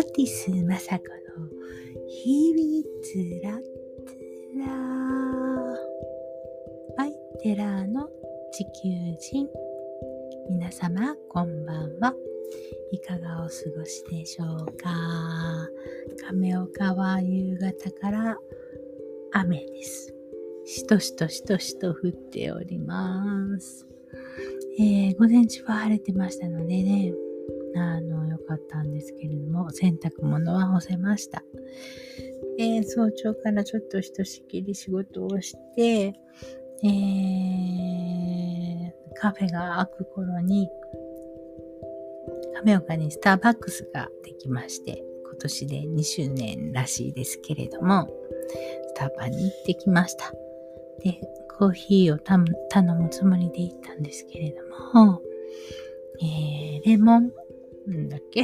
アティスまさこの日々つらつら。はい、テラの地球人。皆様こんばんは。いかがお過ごしでしょうか。亀岡は夕方から雨です。しとしとしとしと降っております。午前中は晴れてましたのでね、良かったんですけれども、洗濯物は干せました。早朝からちょっとひとしきり仕事をして、カフェが開く頃に、亀岡にスターバックスができまして、今年で2周年らしいですけれども、スタバに行ってきました。で、コーヒーを頼むつもりで行ったんですけれども、レモン、なんだっけ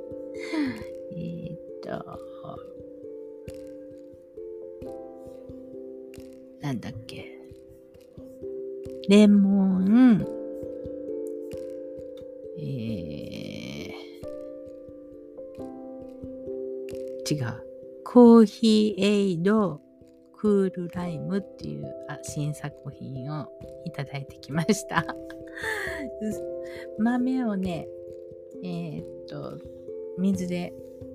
なんだっけレモン、違う。コーヒーエイドクールライムっていう新作品をいただいてきました。豆をね、水で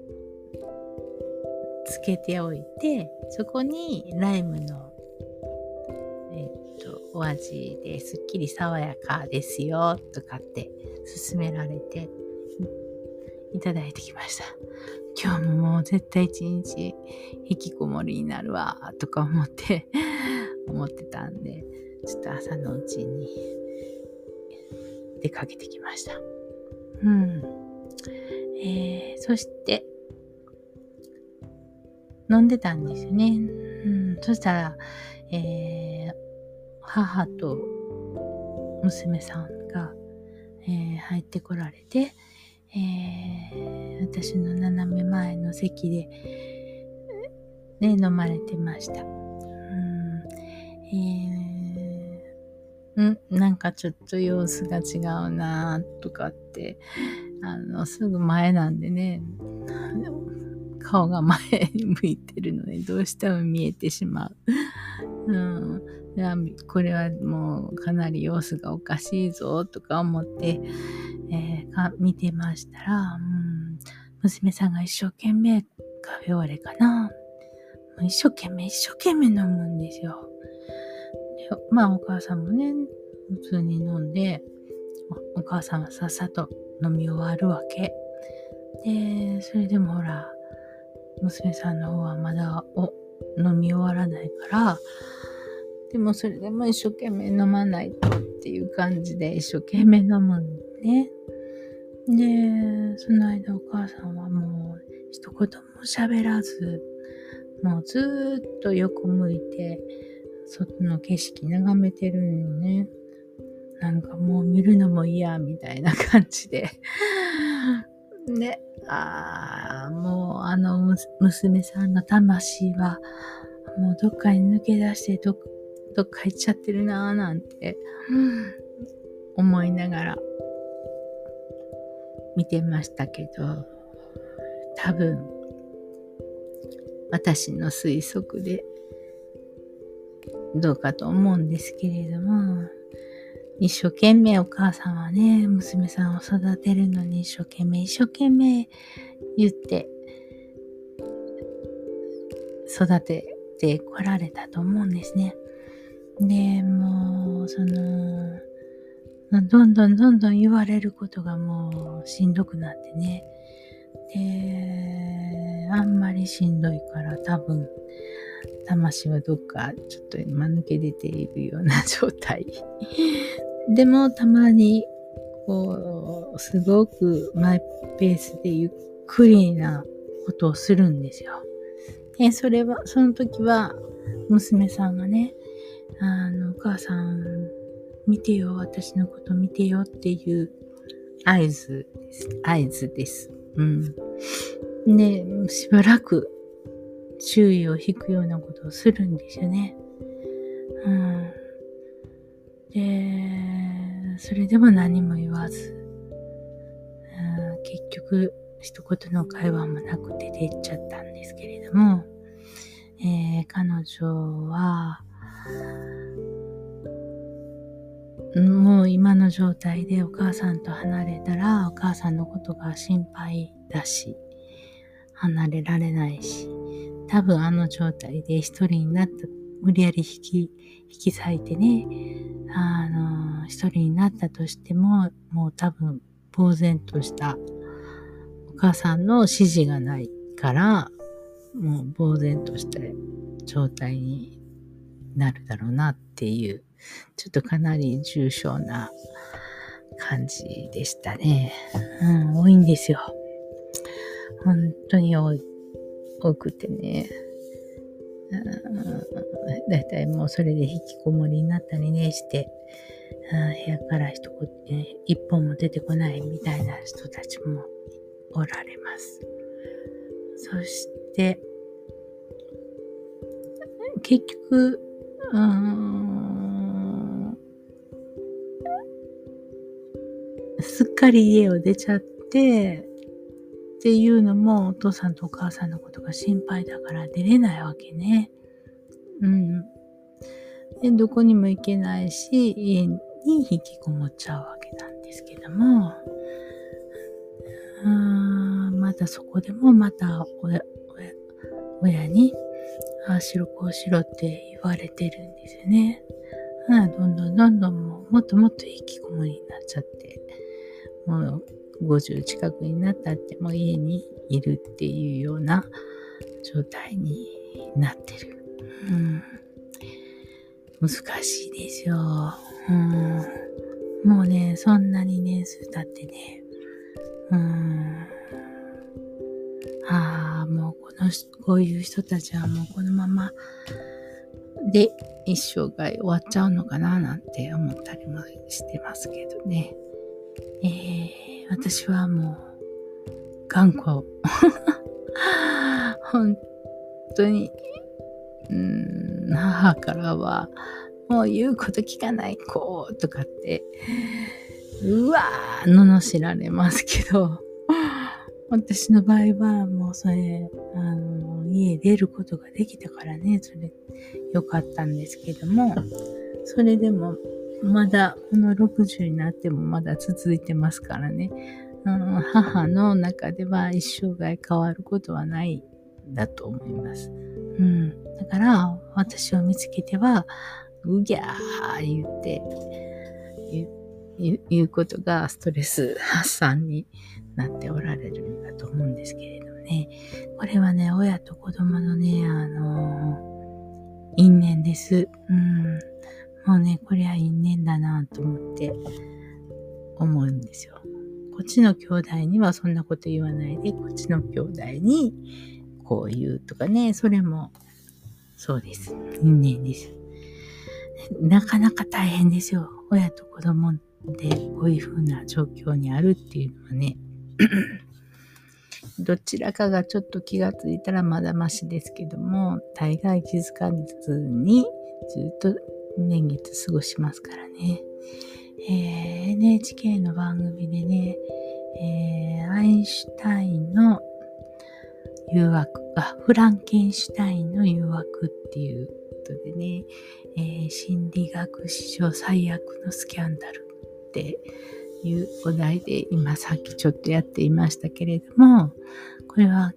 つけておいて、そこにライムの、お味ですっきり爽やかですよとかって勧められていただいてきました。今日ももう絶対一日引きこもりになるわとか思ってたんで、ちょっと朝のうちに出かけてきました。そして飲んでたんですよね。そしたら、母と娘さんが、入ってこられて、私の斜め前の席で、飲まれてました。なんかちょっと様子が違うなとかって、すぐ前なんでね、顔が前に向いてるのでどうしても見えてしまう。これはもうかなり様子がおかしいぞとか思って、見てましたら、娘さんが一生懸命カフェオレかな。一生懸命飲むんですよ。でお母さんもね、普通に飲んで、お母さんはさっさと飲み終わるわけ。で、それでもほら、娘さんの方はまだ飲み終わらないから、でもそれでも一生懸命飲まないとっていう感じで一生懸命飲むんね。で、その間お母さんはもう一言も喋らず、もうずーっと横向いて、外の景色眺めてるのよね。なんかもう見るのも嫌みたいな感じで。ね、もう娘さんの魂はもうどっかに抜け出してどっか行っちゃってるなーなんて思いながら見てましたけど、多分私の推測でどうかと思うんですけれども、一生懸命お母さんはね、娘さんを育てるのに一生懸命言って育ててこられたと思うんですね。で、もうどんどん言われることがもうしんどくなってね。で、あんまりしんどいから多分魂はどっかちょっと今抜け出ているような状態。でもたまにこうすごくマイペースでゆっくりなことをするんですよ。で、その時は娘さんがね、お母さん見てよ、私のこと見てよっていう合図です。で、しばらく注意を引くようなことをするんですよね。で、それでも何も言わず、結局一言の会話もなくて出ちゃったんですけれども、彼女は、もう今の状態でお母さんと離れたら、お母さんのことが心配だし、離れられないし、多分あの状態で一人になった、無理やり引き裂いてね、一人になったとしても、もう多分呆然としたお母さんの指示がないから、もう呆然とした状態になるだろうなっていう、ちょっとかなり重症な感じでしたね。多いんですよ。本当に多くてね。だいたいもうそれで引きこもりになったりねして、部屋から一本も出てこないみたいな人たちもおられます。そして、結局、すっかり家を出ちゃって、っていうのもお父さんとお母さんのことが心配だから出れないわけね。で、どこにも行けないし、家に引きこもっちゃうわけなんですけども、またそこでもまた親に、ああしろこうしろって言われてるんですよね。どんどんもっともっと引きこもりになっちゃって、もう50近くになったってもう家にいるっていうような状態になってる。難しいですよ。もうね、そんなに年数経ってね、もうこういう人たちはもうこのままで一生涯終わっちゃうのかななんて思ったりもしてますけどね。私はもう頑固。本当に、母からはもう言うこと聞かない子とかって罵られますけど、私の場合はもうそれ家出ることができたからね、それ良かったんですけども、それでもまだこの60になってもまだ続いてますからね。母の中では一生涯変わることはないだと思います。だから私を見つけてはうぎゃー言って言うことがストレス発散になっておられるんだと思うんですけれどもね。これはね、親と子供のね、因縁です。もうね、これは因縁だなと思思うんですよ。こっちの兄弟にはそんなこと言わないで、こっちの兄弟にこう言うとかね、それもそうです。因縁です。なかなか大変ですよ。親と子供でこういう風な状況にあるっていうのはね。どちらかがちょっと気がついたらまだマシですけども、大概気づかずにずっと年月過ごしますからね。NHK の番組でね、アインシュタインの誘惑、フランケンシュタインの誘惑っていうことでね、心理学史上最悪のスキャンダルっていうお題で今さっきちょっとやっていましたけれども、これは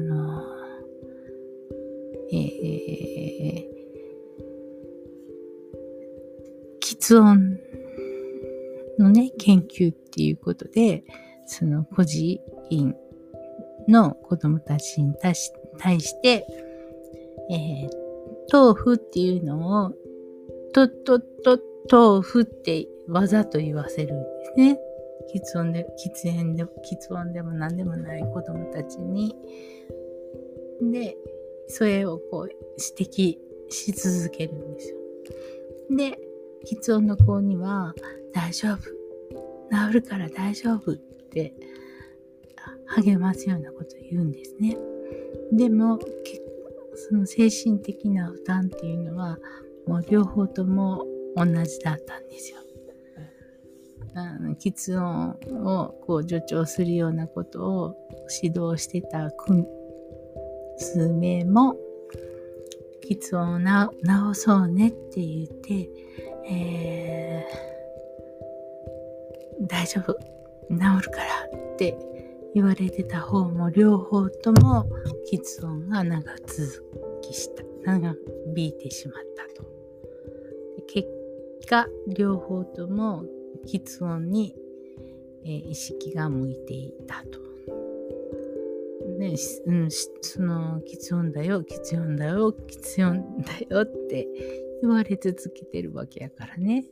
喫音のね研究っていうことで、その孤児院の子供たちに対して、豆腐っていうのを豆腐ってわざと言わせるんですね。喫音でも何でもない子供たちに。で、それをこう指摘し続けるんですよ。で、喫音の子には大丈夫。治るから大丈夫って励ますようなことを言うんですね。でも、その精神的な負担っていうのはもう両方とも同じだったんですよ。 喫音をこう助長するようなことを指導してた娘も喫音を直そうねって言って、大丈夫、治るからって言われてた方も両方とも喫音が長引いてしまったと。結果両方とも喫音に、意識が向いていたと。ね、その喫音だよって言われ続けてるわけやからね。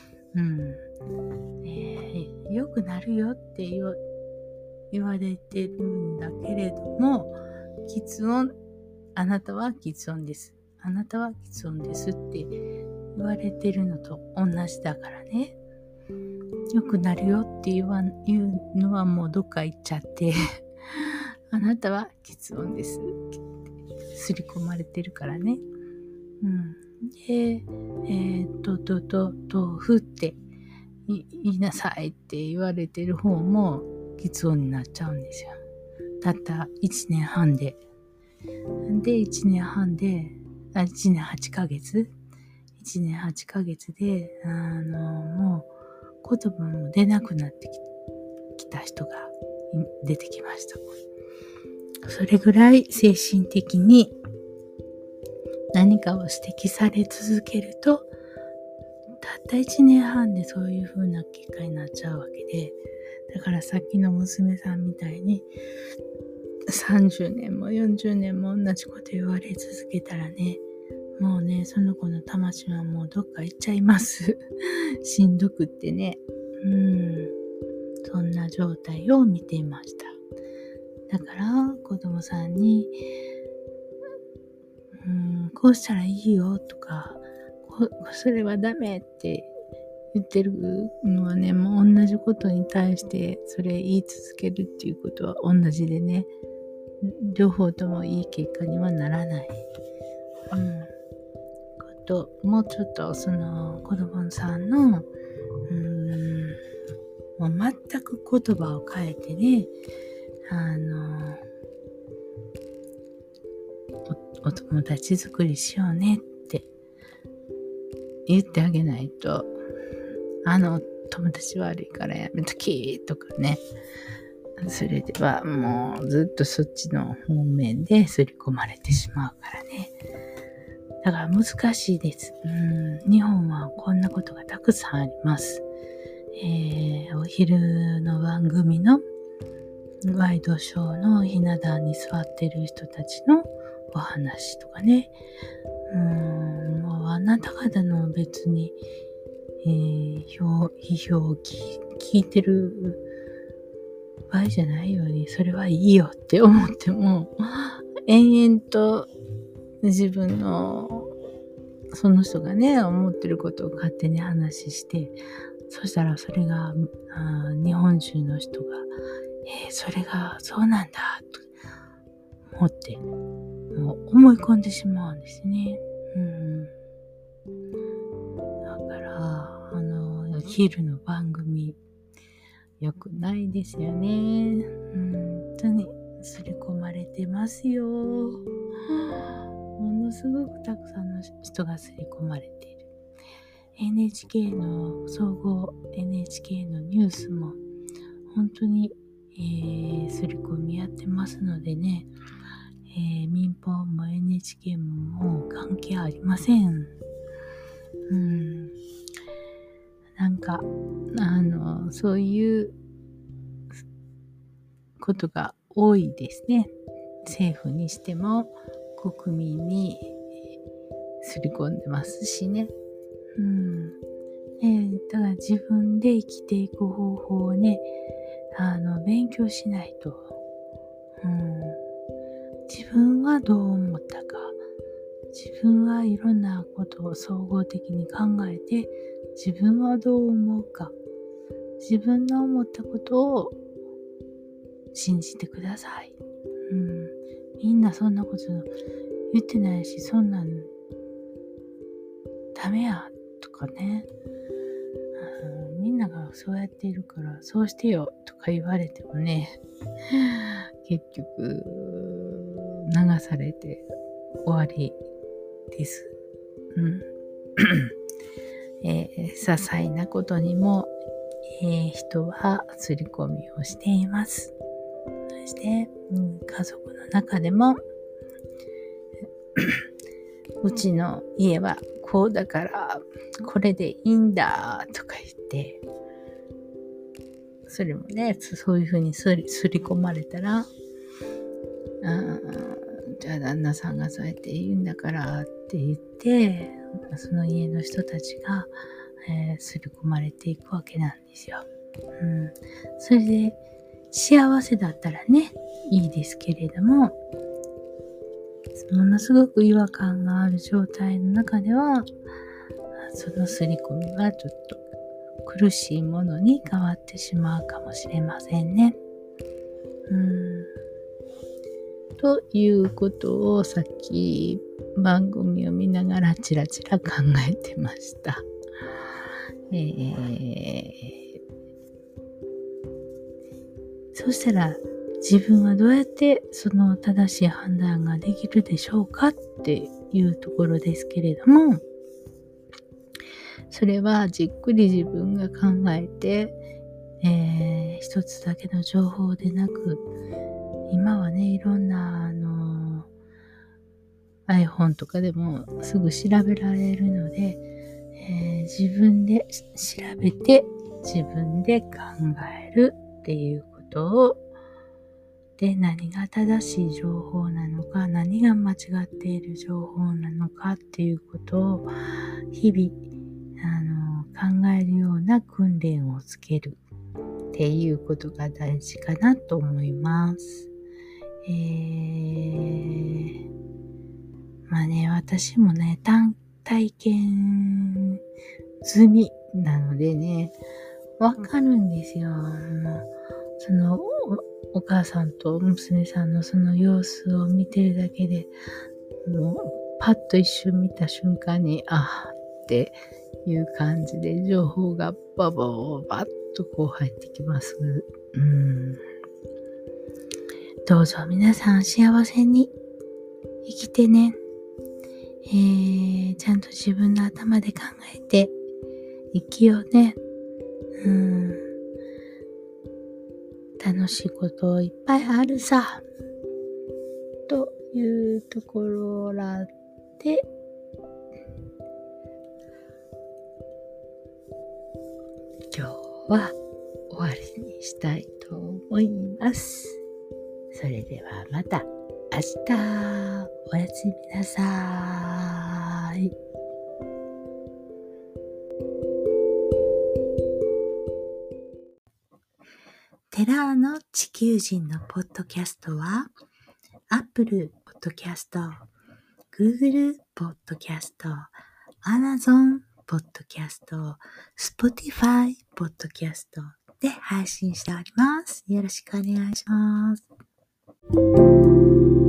良くなるよって言われてるんだけれども、あなたは喫音です。あなたは喫音ですって言われてるのと同じだからね。良くなるよって言うのはもうどっか行っちゃってあなたは喫音ですって刷り込まれてるからね。で、豆腐って言いなさいって言われてる方も喫音になっちゃうんですよ。たった1年半で。1年8ヶ月1年8ヶ月で、もう言葉も出なくなってきた人が出てきました。それぐらい精神的に何かを指摘され続けると、たった1年半でそういう風な結果になっちゃうわけで、だからさっきの娘さんみたいに30年も40年も同じこと言われ続けたらね、もうね、その子の魂はもうどっか行っちゃいますしんどくってね。そんな状態を見ていました。だから子供さんにこうしたらいいよとか、それはダメって言ってるのはね、もう同じことに対してそれ言い続けるっていうことは同じでね、両方ともいい結果にはならない。もうちょっとその子供さんのもう全く言葉を変えてね、お友達作りしようねって言ってあげないと、友達悪いからやめときとかね、それではもうずっとそっちの方面で刷り込まれてしまうからね。だから難しいです。日本はこんなことがたくさんあります。お昼の番組のワイドショーのひな壇に座ってる人たちのお話とかね。もうあなた方の別に、批評を聞いてる場合じゃないように、それはいいよって思っても、延々と自分のその人がね思ってることを勝手に話して、そしたらそれが日本中の人がそれがそうなんだと思ってもう思い込んでしまうんですね。だから昼の番組良くないですよね。本当に刷り込まれてますよ。ものすごくたくさんの人が刷り込まれている。NHK の総合 NHK のニュースも本当に、刷り込みやってますのでね、民放も NHK ももう関係ありません。なんかそういうことが多いですね。政府にしても国民に刷り込んでますしね。だから自分で生きていく方法をね、勉強しないと。自分はどう思ったか、自分はいろんなことを総合的に考えて、自分はどう思うか、自分の思ったことを信じてください。みんなそんなこと言ってないし、そんなんダメやとかね、 みんながそうやっているからそうしてよとか言われてもね、結局流されて終わりです。些細なことにも、人は刷り込みをしています。そして、家族の中でもうちの家はこうだからこれでいいんだとか言って、それもね、そういうふうにすり込まれたら、じゃあ旦那さんがそうやって言うんだからって言って、その家の人たちが、刷り込まれていくわけなんですよ。それで幸せだったらね、いいですけれども、ものすごく違和感がある状態の中では、その刷り込みはちょっと苦しいものに変わってしまうかもしれませんね。ということをさっき番組を見ながらチラチラ考えてました。そうしたら自分はどうやってその正しい判断ができるでしょうかっていうところですけれども、それはじっくり自分が考えて、一つだけの情報でなく、今はね、いろんなiPhone とかでもすぐ調べられるので、自分で調べて自分で考えるっていうことを、で、何が正しい情報なのか、何が間違っている情報なのかっていうことを日々考えるような訓練をつけるっていうことが大事かなと思います。まあね、私もね、体験済みなのでね、わかるんですよ。そのお母さんと娘さんのその様子を見てるだけで、もうパッと一瞬見た瞬間に、っていう感じで情報がバッとこう入ってきます。どうぞ皆さん幸せに生きてね。ちゃんと自分の頭で考えて生きようね。楽しいこといっぱいあるさ。というところらで、今日は終わりにしたいと思います。それではまた明日おやすみなさい。テラーの地球人のポッドキャストは Apple Podcast、Google Podcast、Amazon Podcast、Spotify Podcast で配信しております。よろしくお願いします。